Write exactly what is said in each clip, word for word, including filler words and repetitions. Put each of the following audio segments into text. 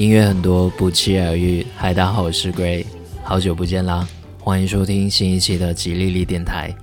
音乐很多，不期而遇。嗨，大家好，我是 Gray， 好久不见啦！欢迎收听新一期的吉利利电台。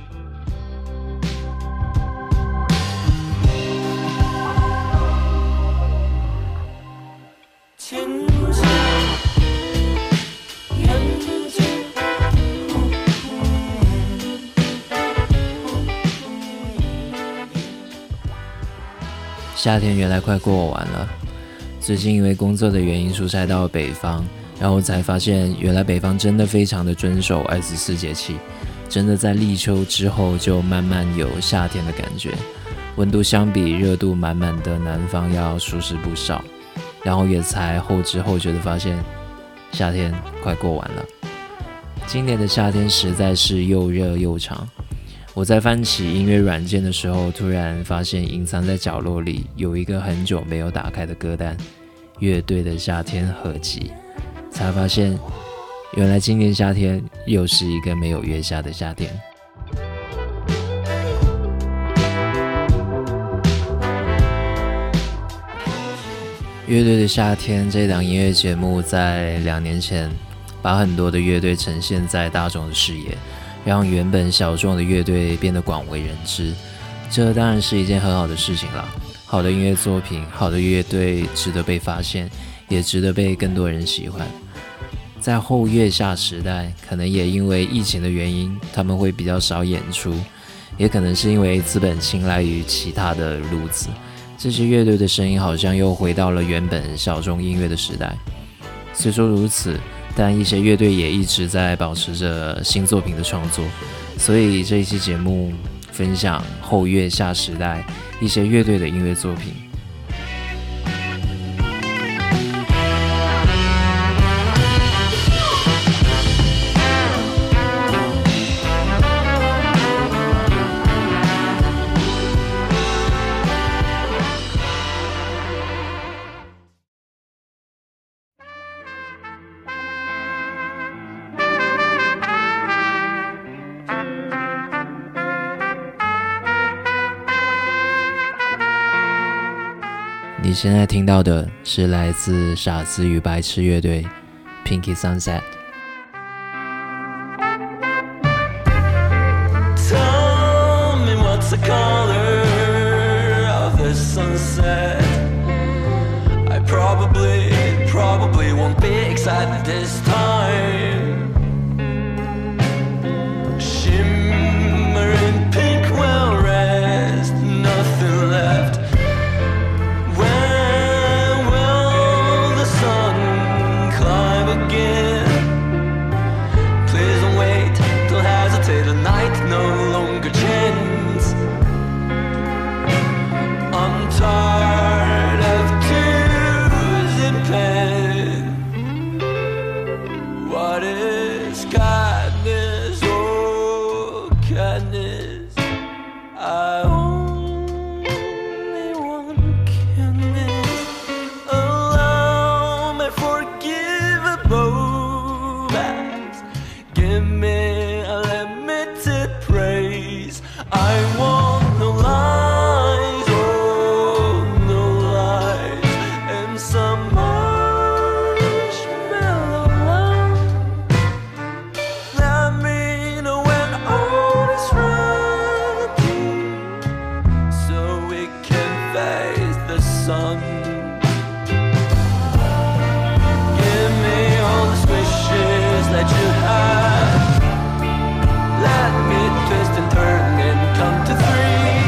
夏天原来快过完了。最近因为工作的原因出差到北方，然后才发现原来北方真的非常的遵守二十四节气，真的在立秋之后就慢慢有夏天的感觉，温度相比热度满满的南方要舒适不少，然后也才后知后觉的发现夏天快过完了。今年的夏天实在是又热又长。我在翻起音乐软件的时候，突然发现隐藏在角落里有一个很久没有打开的歌单，乐队的夏天合集，才发现原来今年夏天又是一个没有月下的夏天。乐队的夏天这档音乐节目在两年前把很多的乐队呈现在大众的视野，让原本小众的乐队变得广为人知，这当然是一件很好的事情啦。好的音乐作品，好的乐队值得被发现，也值得被更多人喜欢。在后月下时代，可能也因为疫情的原因，他们会比较少演出，也可能是因为资本青睐于其他的路子，这些乐队的声音好像又回到了原本小众音乐的时代。虽说如此，但一些乐队也一直在保持着新作品的创作，所以这一期节目分享后月下时代一些乐队的音乐作品。你现在听到的是来自傻子与白痴乐队 Pinky Sunset。 Tell me what's the color of the sunset. I probably, probably won't be excited this time. Shimmering pink will rest, nothing left. The night no longer chance. I'm tired of tears and pain. What is kindness? Oh, kindness. I only want kindness. Allow me forgivable acts. Give me praise. I want no lies, oh no lies, and some marshmallow love. Let me know when all is ready, so we can face the sun. Give me all the wishes that you have. Let me twist and turn and come to three.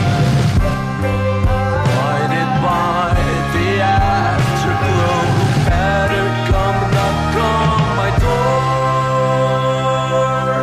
Blinded by the afterglow, better come knock on my door.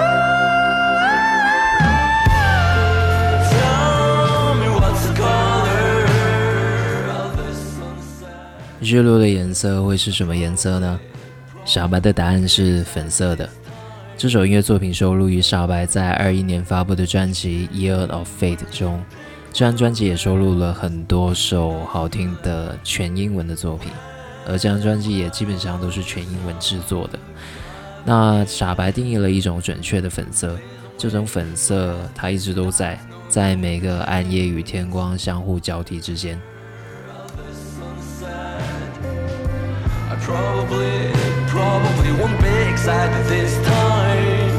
Tell me what's the color of the sunset. 日落的颜色会是什么颜色呢？傻白的答案是粉色的。这首音乐作品收录于傻白在二一年发布的专辑 Year of Fate 中，这张专辑也收录了很多首好听的全英文的作品，而这张专辑也基本上都是全英文制作的。那傻白定义了一种准确的粉色，这种粉色它一直都在，在每个暗夜与天光相互交替之间。 Probably, probably won't be excited this time.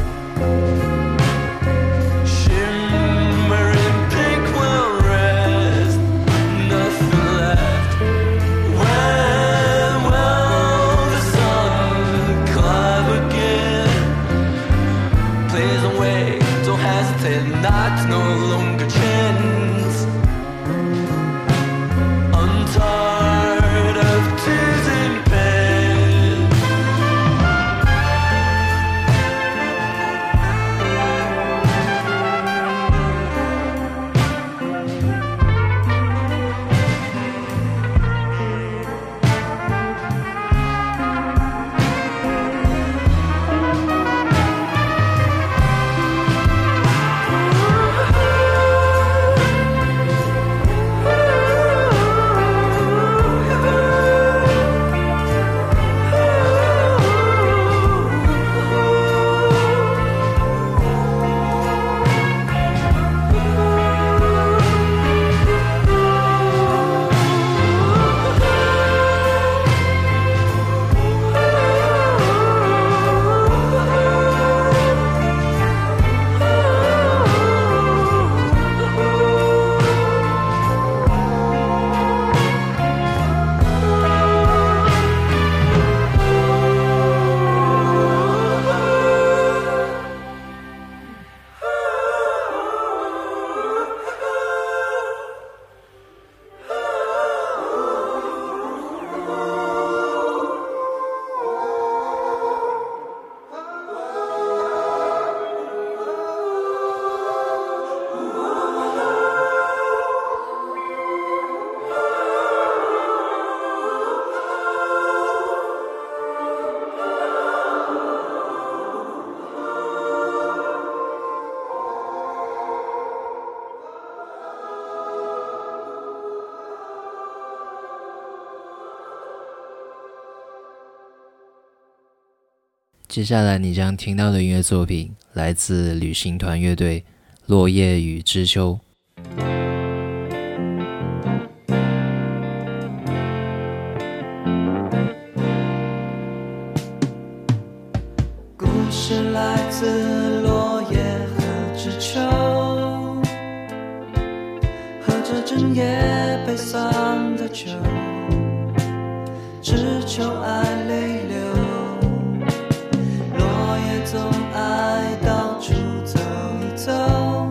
Shimmering pink will rest, nothing left. When will the sun climb again? Please don't wait, don't hesitate, not no longer chance. I'm tired of tears in bed. 接下来你将听到的音乐作品来自旅行团乐队《落叶与知秋》。 故事来自落叶和知秋，喝着整夜悲伤的酒，知秋爱泪流。总爱到处走一走，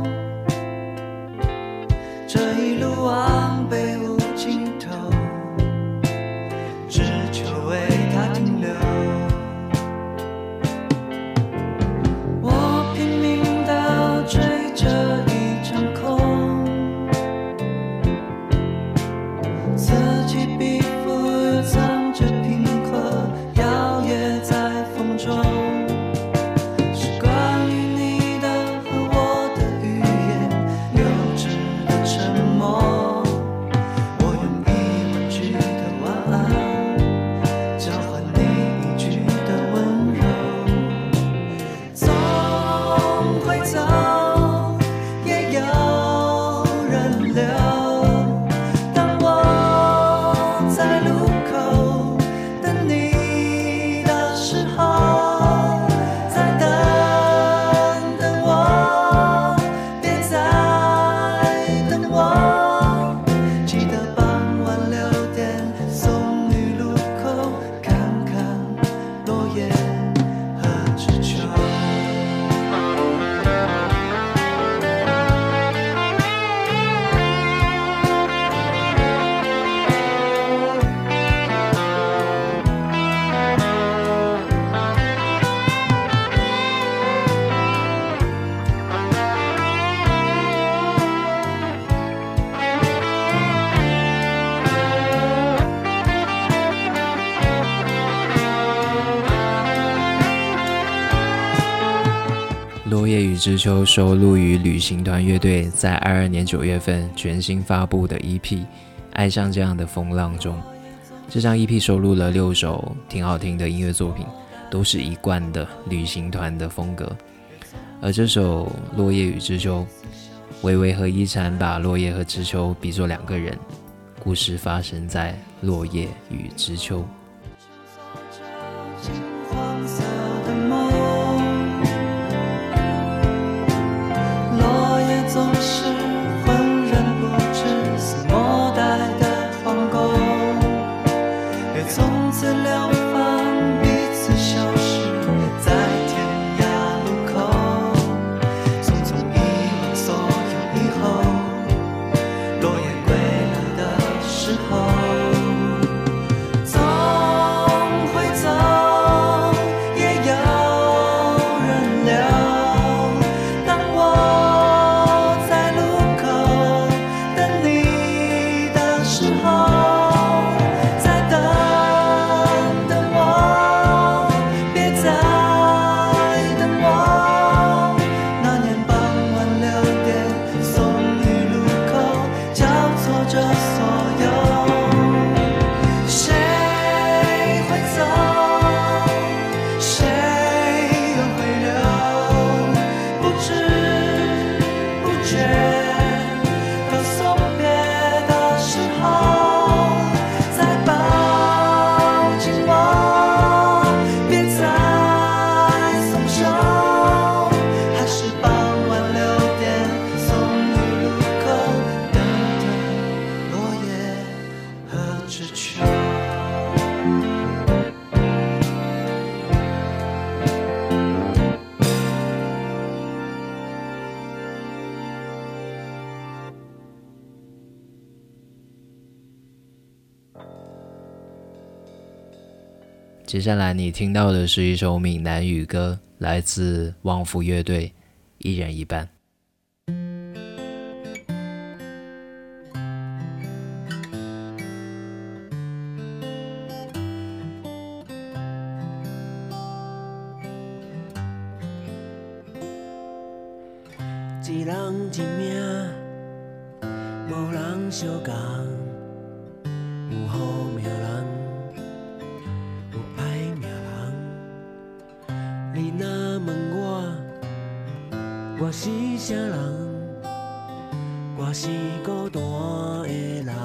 这一路往北无尽头，只求为它停留。我拼命地追着一场空，自己皮肤又藏着平和，摇曳在风中。 落叶与知秋收录于旅行团乐队在二二年九月份全新发布的 E P《爱上这样的风浪》中。这张 E P 收录了六首挺好听的音乐作品，都是一贯的旅行团的风格。而这首《落叶与知秋》，微微和一禅把落叶和知秋比作两个人，故事发生在落叶与知秋。 接下来你听到的是一首闽南语歌，来自旺福乐队，一人一半。 一人一命，无人相共，有好命人，有歹命人。你若问我，我是啥人？我是孤单的人。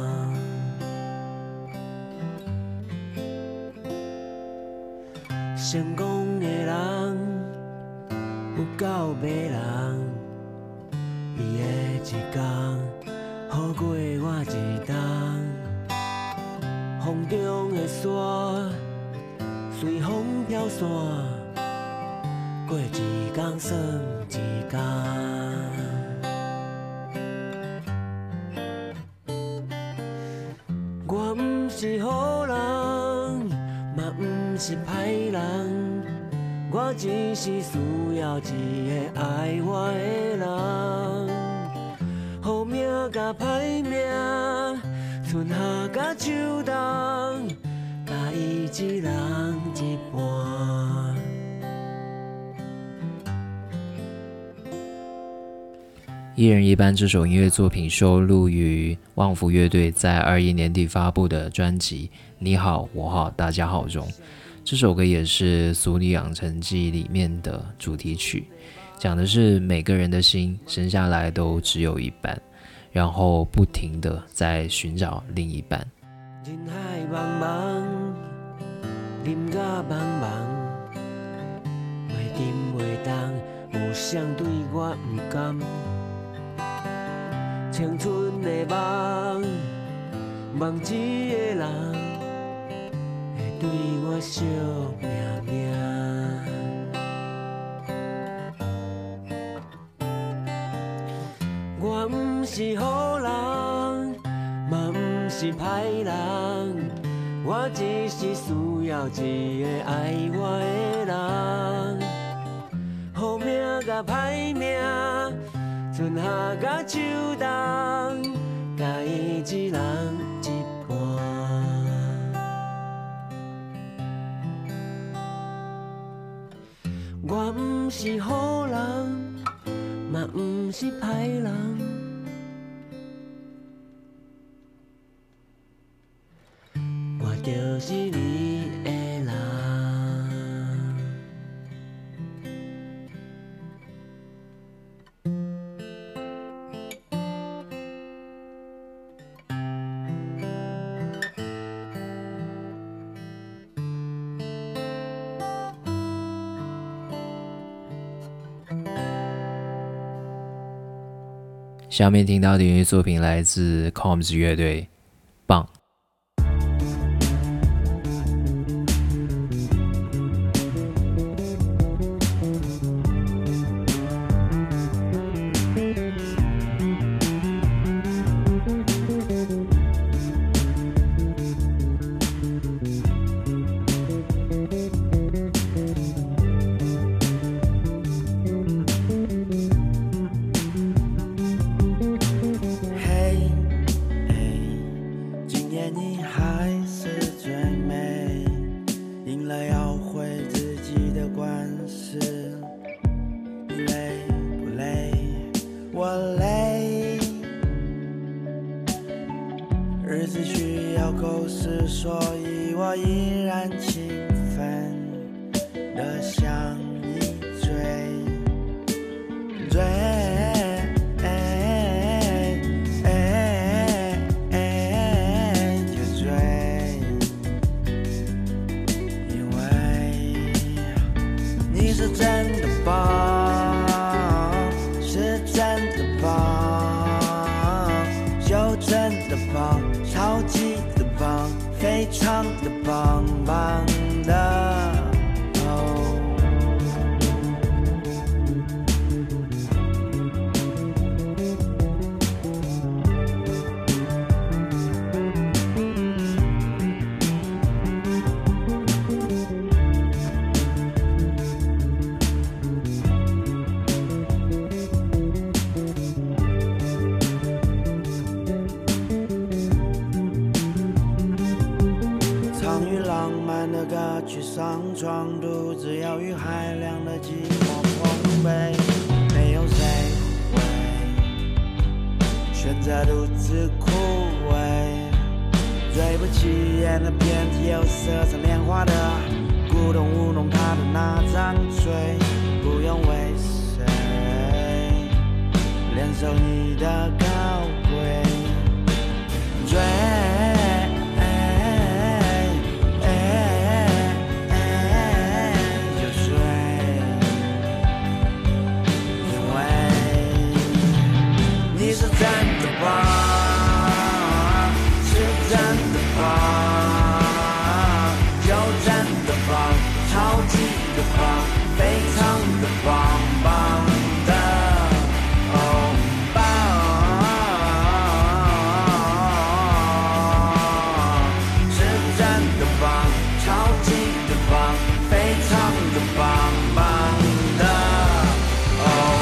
成功的人有够迷人。伊的一天，好过我一冬。风中的沙，随风飘散，过一天算一天。我不是好人，嘛不是歹人，我只是需要一个爱我的人。好命甲歹命，春夏甲秋冬，甲伊一人一半。 一人一半这首音乐作品收录于旺福乐队在二一年底发布的专辑《你好我好大家好》中。这首歌也是《俗女养成记》里面的主题曲，讲的是每个人的心生下来都只有一半，然后不停的在寻找另一半。 人海茫茫，林甲茫茫，袂沉袂动，有谁对我不甘？青春的梦，梦一个人，会对我惜命命。我不是好人，嘛不是歹人，我只是需要一个爱我的人。好命甲歹命，春夏甲秋冬，甲伊一人一半。我不是好人，嘛不是歹人，我就是你的人。 下面听到的音乐作品来自 C O M S 乐队，棒。 非常的棒棒的哦。 上床，独自要与海量的寂寞碰杯，没有谁会选择独自枯萎。最不起眼的遍体有色彩莲花的古董舞弄他的那张嘴，不用为谁联手你的高贵追。你是真的棒，是真的棒，就真的棒，超级的棒，非常的棒棒的哦棒，是真的棒，超级的棒，非常的棒棒的哦。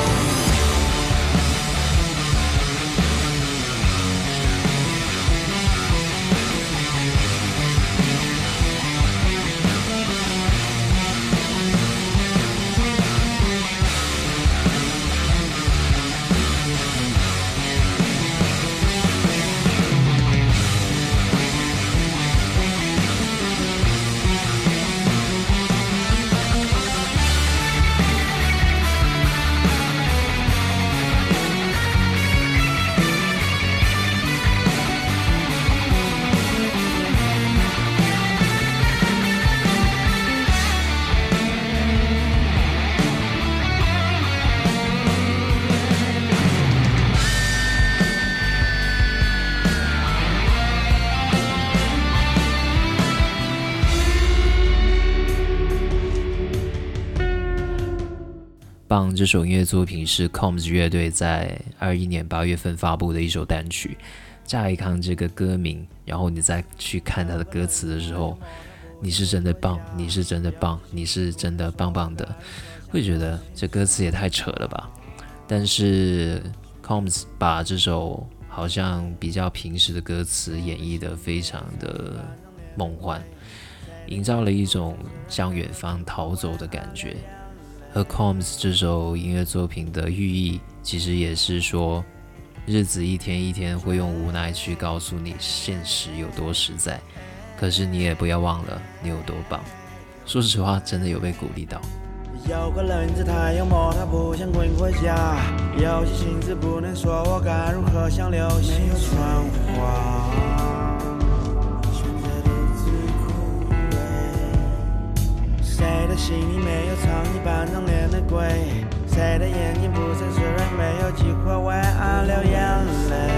棒这首音乐作品是 C O M S 乐队在二一年八月份发布的一首单曲。乍一看这个歌名，然后你再去看它的歌词的时候，你是真的棒，你是真的棒，你是真的棒棒的，会觉得这歌词也太扯了吧。但是 C O M S 把这首好像比较平实的歌词演绎得非常的梦幻，营造了一种向远方逃走的感觉。和 C O M S 这首音乐作品的寓意其实也是说，日子一天一天会用无奈去告诉你现实有多实在，可是你也不要忘了你有多棒。说实话，真的有被鼓励到。 有个人字太幽默，他不想滚回家，有些心事不能说，我该如何向流星传话？选择独自枯萎，谁的心里没有藏一般浓烈的鬼？谁的眼睛不曾虽然没有机会为爱流眼泪？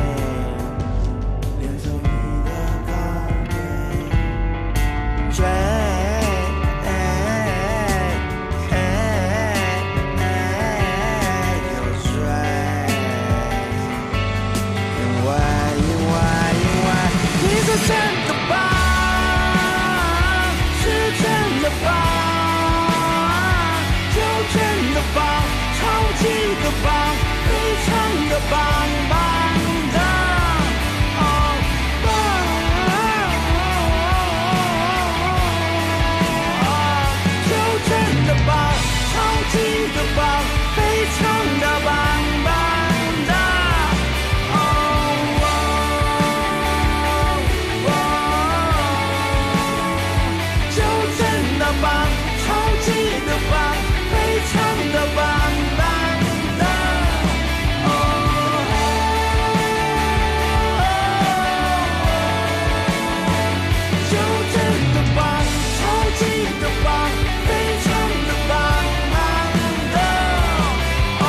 联手你的高贵追。真的棒，是真的棒，就真的棒，超级的棒，非常的棒棒的哦棒，就真的棒，超级的棒，非常的棒棒的。棒，超级的棒，非常的棒棒的哦，就真的棒，超级的棒，非常的棒棒的哦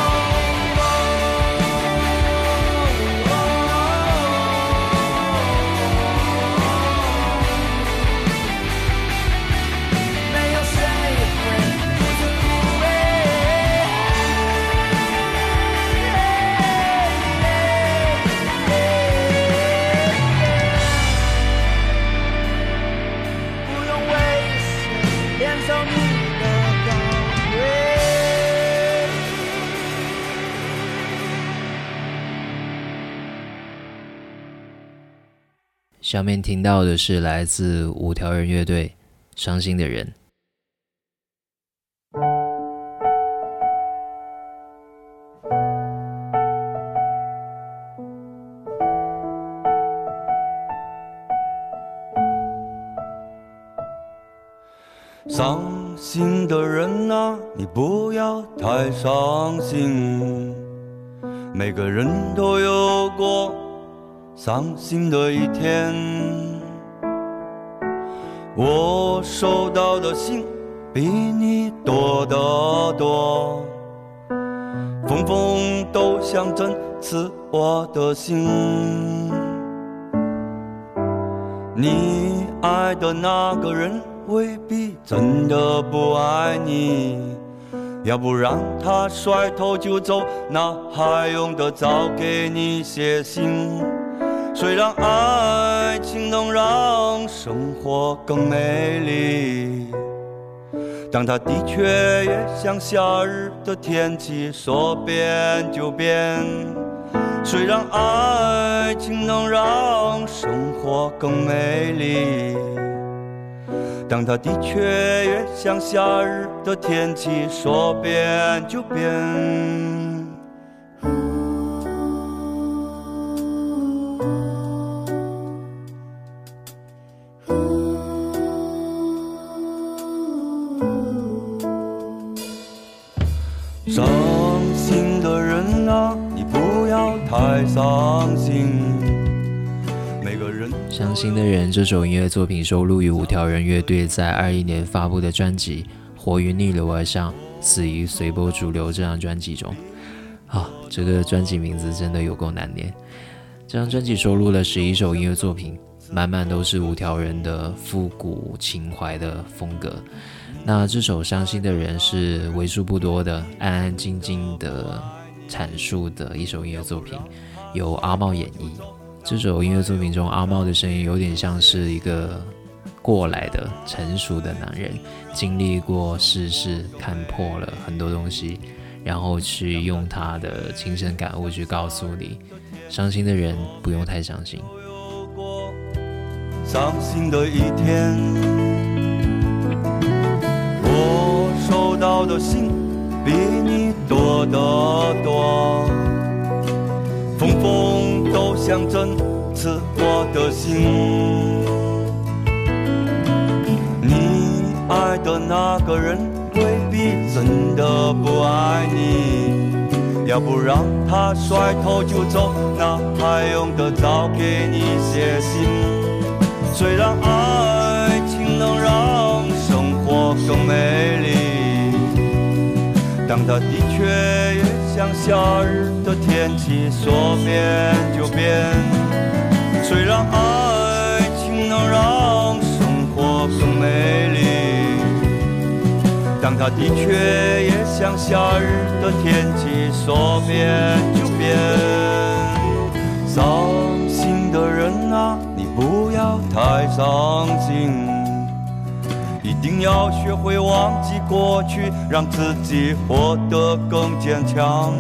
下面听到的是来自五条人乐队《伤心的人》。 伤心的人啊，你不要太伤心，每个人都有过伤心的一天。我收到的信比你多得多，封封都想针刺我的心。你爱的那个人未必真的不爱你，要不然他甩头就走，那还用得着给你写信？虽然爱情能让生活更美丽，但它的确也像夏日的天气，说变就变。虽然爱情能让生活更美丽，但它的确也像夏日的天气，说变就变。伤心的人啊，你不要太伤心。每个人伤心的人这首音乐作品收录于五条人乐队在二一年发布的专辑《活于逆流而上，死于随波逐流》这张专辑中。啊，这个专辑名字真的有够难念。这张专辑收录了十一首音乐作品，满满都是五条人的复古情怀的风格。那这首伤心的人是为数不多的安安静静的阐述的一首音乐作品，由阿茂演绎。这首音乐作品中，阿茂的声音有点像是一个过来的成熟的男人，经历过世事，看破了很多东西，然后去用他的亲身感悟去告诉你，伤心的人不用太伤心。 伤心的一天，我收到的信比你多得多，封封都想针刺我的心。你爱的那个人未必真的不爱你，要不然他甩头就走，那还用得着给你写信？虽然爱情能让生活更美丽，但它的确也像夏日的天气，说变就变。虽然爱情能让生活更美丽，但它的确也像夏日的天气，说变就变。伤心的人啊，你不要太伤心，一定要学会忘记过去，让自己活得更坚强。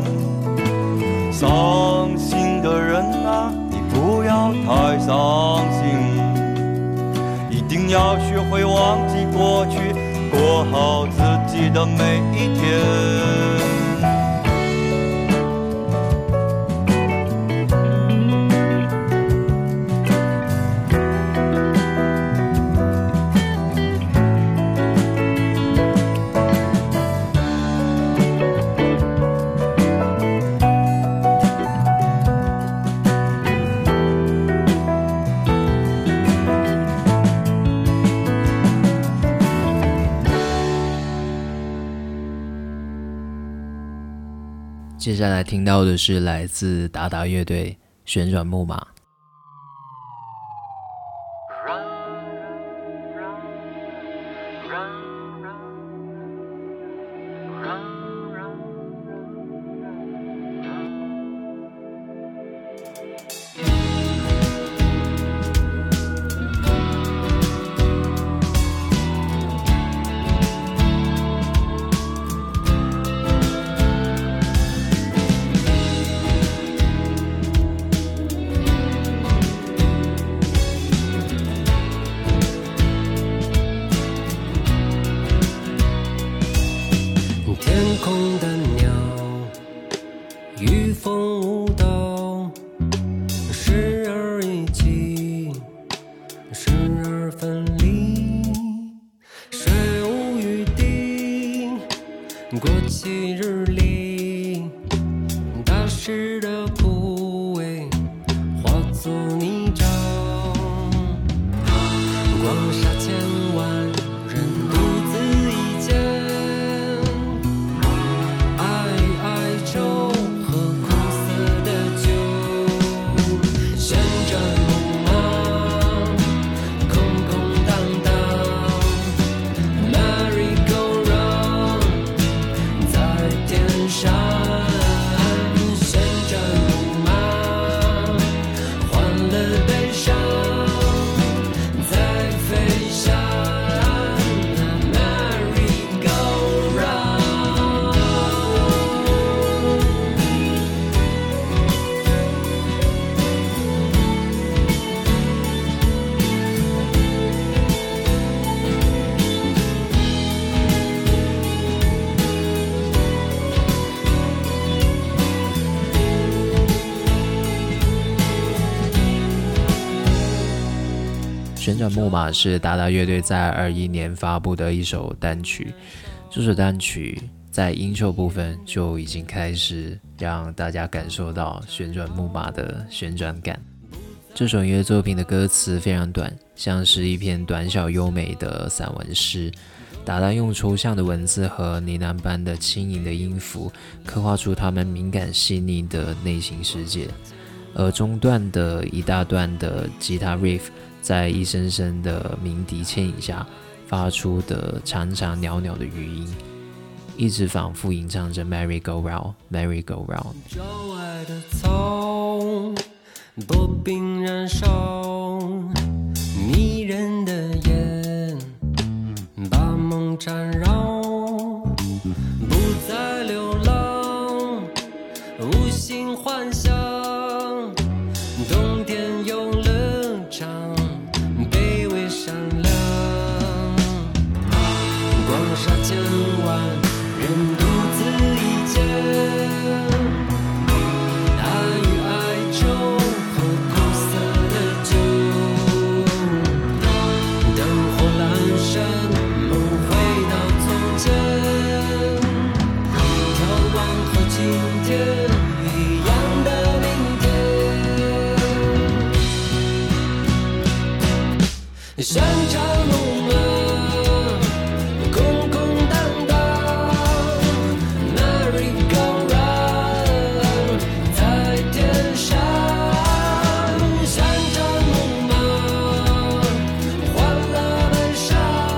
伤心的人啊，你不要太伤心，一定要学会忘记过去，过好自己的每一天。 接下来听到的是来自达达乐队旋转木马。 天空的鸟与风舞蹈，时而一起，时而分离，水无时的枯萎化作泥沼，光杀千万人独自一间，爱与哀愁和苦涩的酒，旋转木马空空荡荡 Merry Go Round 在天上，旋转木马欢乐悲伤在飞翔 Merry Go Round。 旋转木马是达达乐队在二一年发布的一首单曲，这首单曲在音秀部分就已经开始让大家感受到旋转木马的旋转感。这首音乐作品的歌词非常短，像是一篇短小优美的散文诗。达达用抽象的文字和呢喃般的轻盈的音符，刻画出他们敏感细腻的内心世界。而中段的一大段的吉他 riff， 在一声声的鸣笛牵引下发出的长长袅袅的余音，一直反复吟唱着 Merry Go Round Merry Go Round。 郊外的草多冰燃烧，迷人的烟把梦缠绕，不再流浪，无心幻想，冬天游乐场卑微善良，光杀千万人独自一间，爱与哀愁和苦涩的酒，灯火阑珊，梦回到从前，眺望和今天一样的明天，旋转木马空空荡荡 Merry Go Round 在天上，旋转木马欢乐悲伤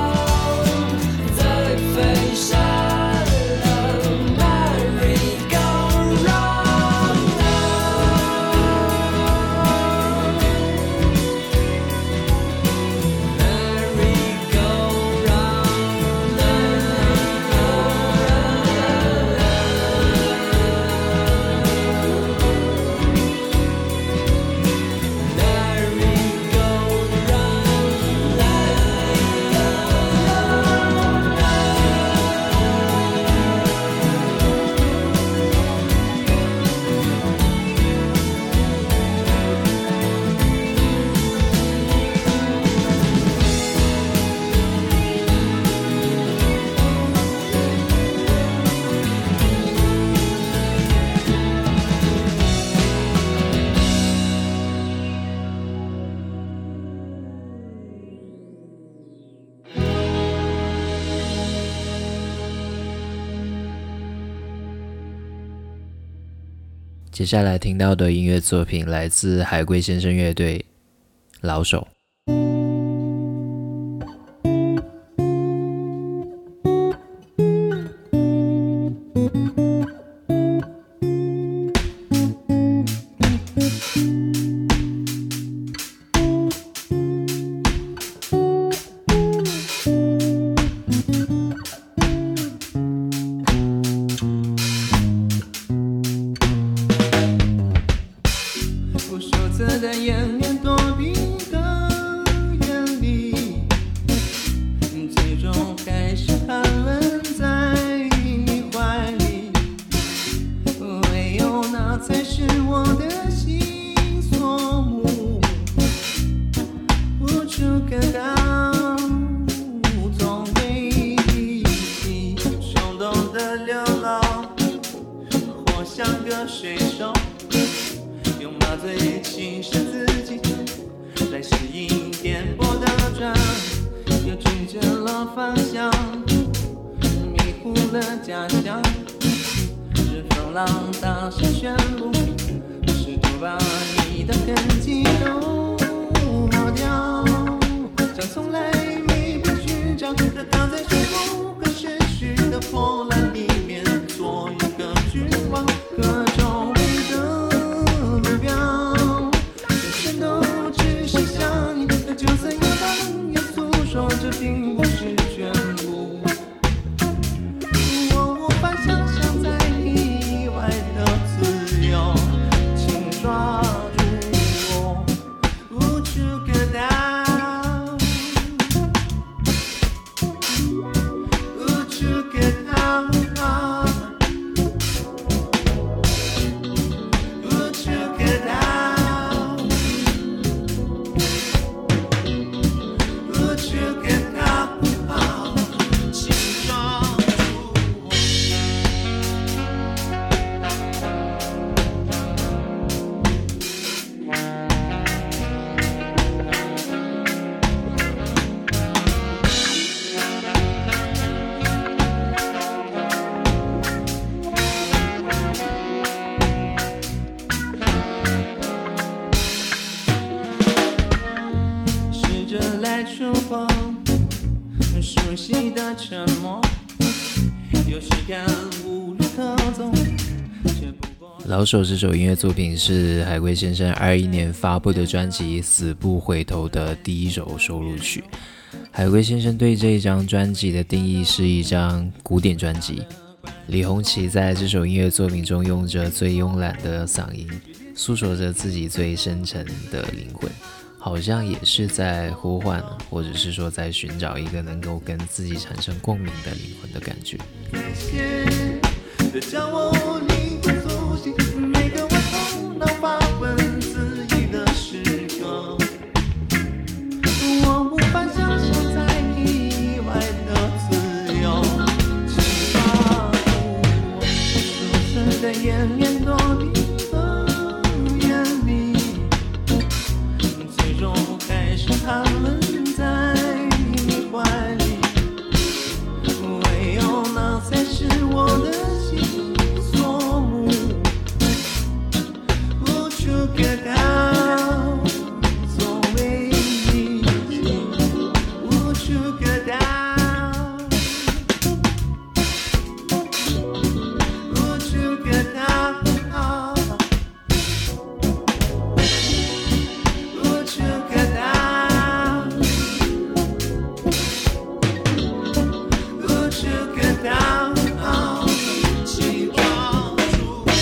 在飞翔 Merry Go Round。 Merry Go Round， Merry Go Round。 接下来听到的音乐作品来自海龟先生乐队《老手》。 不说这的演练躲避的原理，最终还是安稳在你怀里。唯有那才是我的心所目，无处可逃，无从回避，冲动的流浪，或像个水对手，用麻醉侵蚀自己，来适应颠簸的转，又拒绝了方向，迷糊了家乡。是风浪大声宣布，试图把你的痕迹都抹掉，像从来没被寻找的躺在水某个逝去的波澜里面，做一个君王，各种的目标，人生都只是想你，就算有朋友诉说，这并不是全部。我无法想象在意外的自由，请抓住我，无处可逃，无处可逃，无处可逃，无处可逃，请抓住我。试着来触碰熟悉的沉默，有时感无路可走，却不过老手这首音乐作品是海龟先生二一年发布的专辑《死不回头》的第一首收录曲。海龟先生对这一张专辑的定义是一张古典专辑。李红旗在这首音乐作品中用着最慵懒的嗓音，诉说着自己最深沉的灵魂，好像也是在呼唤，或者是说在寻找一个能够跟自己产生共鸣的灵魂的感觉。 的将我灵魂苏醒，每个我头脑发昏自己的时刻，我无法想象在意外的自由，请抓住我，如此的延绵多地和远离，最终还是他们在你怀里，唯有那才是我的心所目，无处可逃，作为你，无处可逃，无处可逃，无处可逃，无处可逃，请抓住我。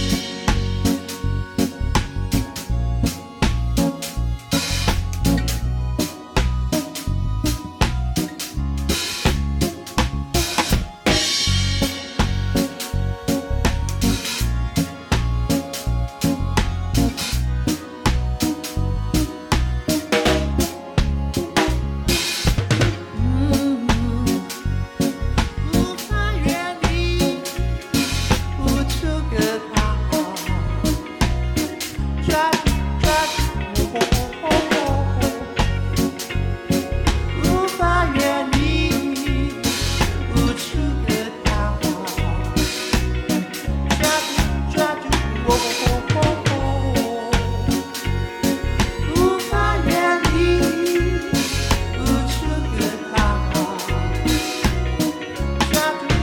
无法远离，无处可逃，抓住抓住我，无法远离，无处可逃，抓住抓住我，无法远离，无处可逃。抓住，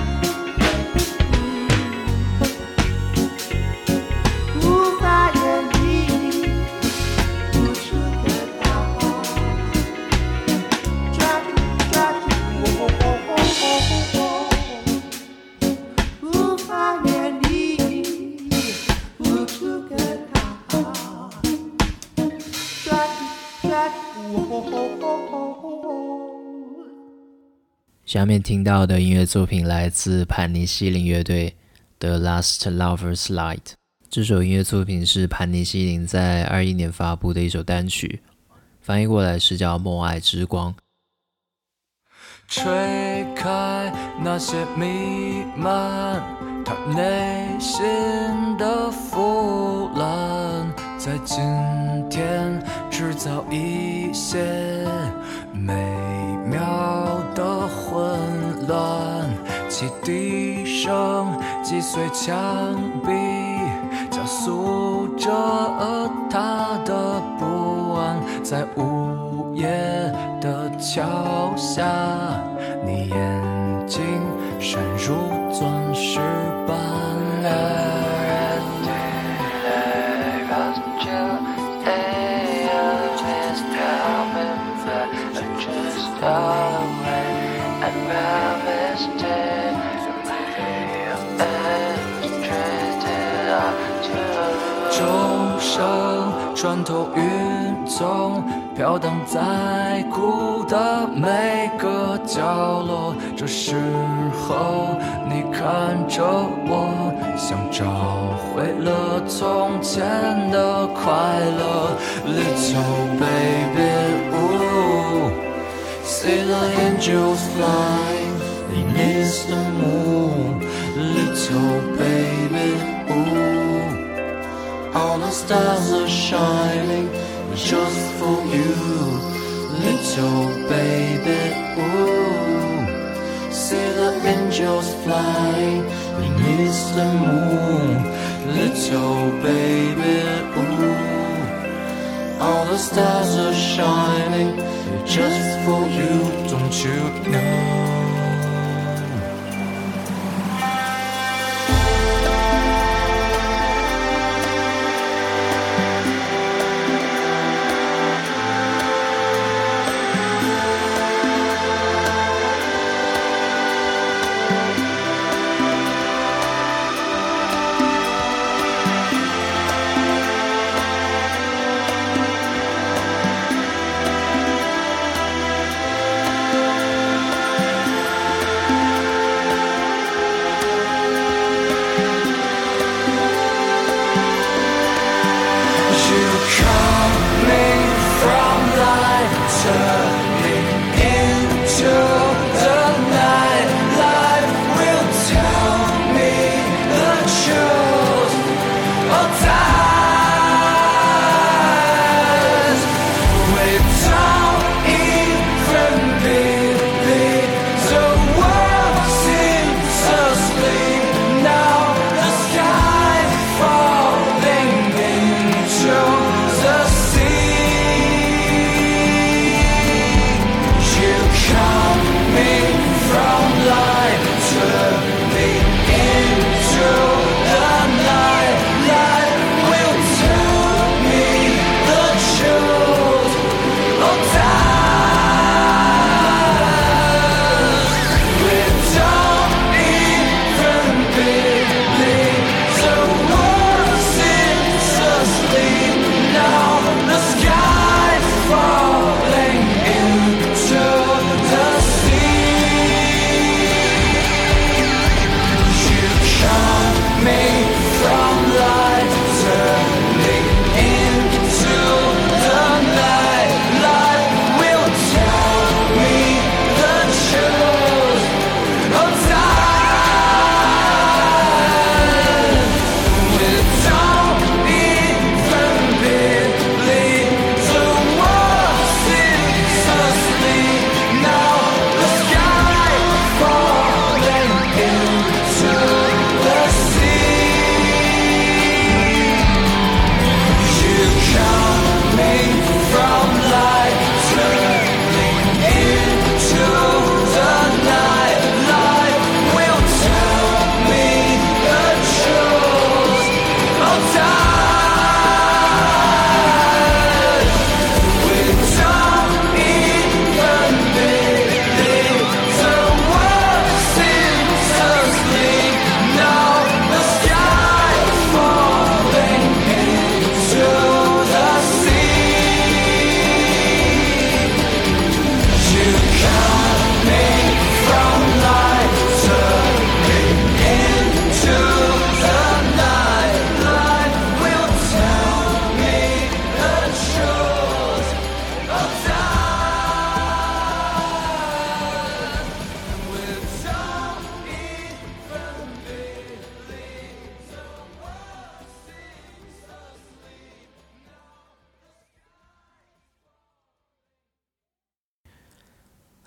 无法远离，无处可逃。抓住，抓住我，无法远离，无处可逃。抓住，抓住我。 下面听到的音乐作品来自盘尼西林乐队的《Last Lover's Light》。这首音乐作品是盘尼西林在二一年发布的一首单曲，翻译过来是叫《默爱之光》。 吹开那些弥漫他内心的腐烂，在今天制造一些美妙的混乱。汽笛声击碎墙壁，加速着他的不安。在午夜的桥下，你眼睛闪入钻石般亮。钟声穿透云丛，飘荡在谷的每个角落。这时候你看着我，像找回了从前的快乐。Little baby, ooh, see the angels fly beneath the moon. Little baby, ooh,all the stars are shining just for you, little baby, ooh. See the angels flying beneath the moon, little baby, ooh. All the stars are shining just for you, don't you know?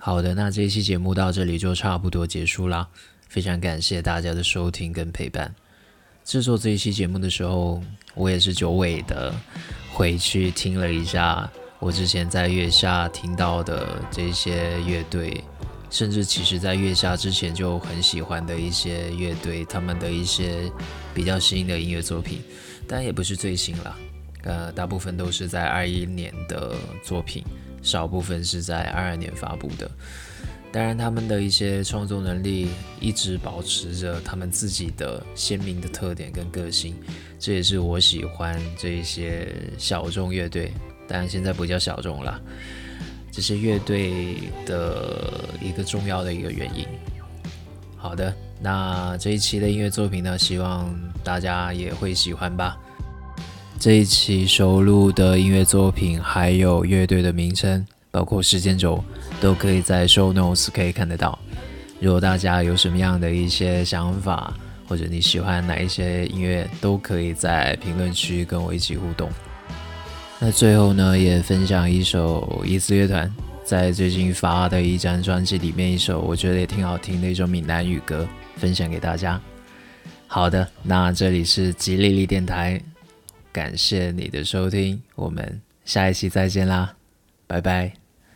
好的，那这一期节目到这里就差不多结束啦，非常感谢大家的收听跟陪伴。制作这一期节目的时候，我也是久违的回去听了一下我之前在月下听到的这些乐队，甚至其实在月下之前就很喜欢的一些乐队，他们的一些比较新的音乐作品，但也不是最新啦，呃，大部分都是在二一年的作品，少部分是在二二年发布的。当然他们的一些创作能力一直保持着他们自己的鲜明的特点跟个性，这也是我喜欢这些小众乐队，当然现在不叫小众啦，这些乐队的一个重要的一个原因。好的，那这一期的音乐作品呢，希望大家也会喜欢吧。这一期收录的音乐作品还有乐队的名称，包括时间轴，都可以在 show notes 可以看得到。如果大家有什么样的一些想法，或者你喜欢哪一些音乐，都可以在评论区跟我一起互动。那最后呢，也分享一首疑似乐团在最近发的一张专辑里面一首我觉得也挺好听的一首闽南语歌，分享给大家。好的，那这里是吉利利电台，感谢你的收听，我们下一期再见啦，拜拜。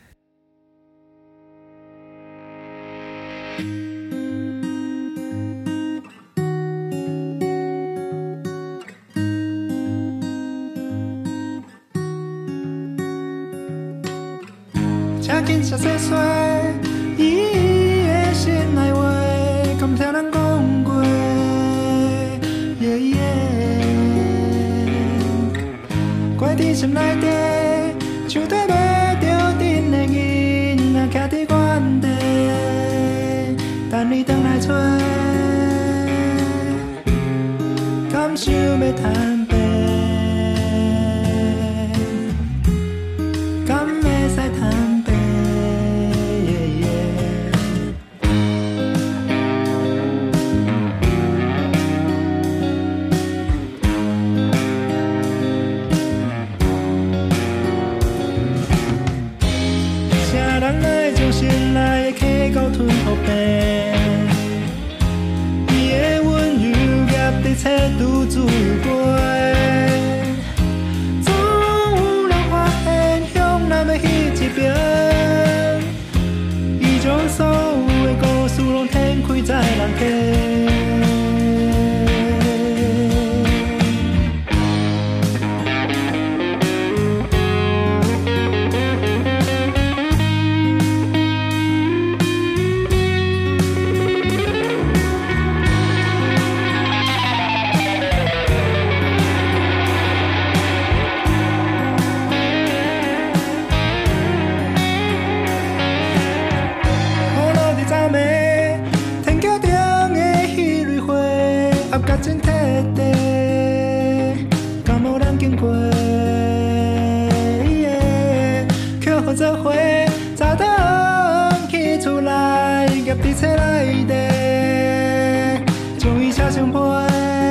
真紧写细细，伊的心内话，敢听人讲过，耶耶。挂伫心内底，像对袂着阵的囡仔，徛伫原地，等你回来找，敢想要坦白？敢会使坦白？啥人爱将心内的溪沟吞予平？伊的温柔夹伫切拄自由杯，总有人发现向南的迄一边，伊将所有的故事拢展开在人间。真彻底，敢无人经过？捡好做花，早倒起厝来，夹伫册内底，将伊写成批。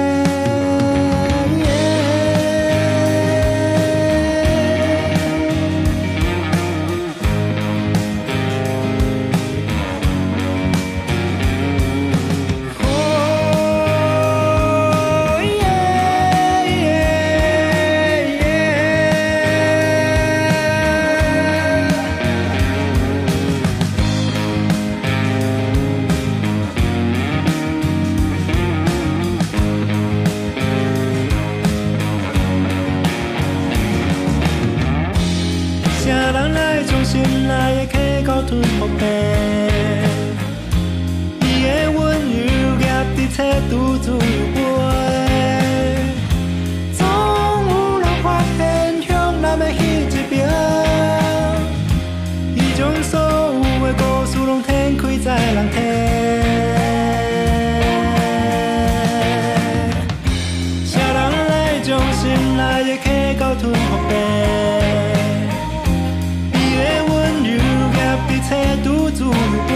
啥人来将心内的溪沟吞予平？伊的温柔夹伫切拄自由杯，总有人发现向南的迄一边，伊将所有的故事拢展开在人体。啥人来将心内的溪沟吞予平？切拄自由。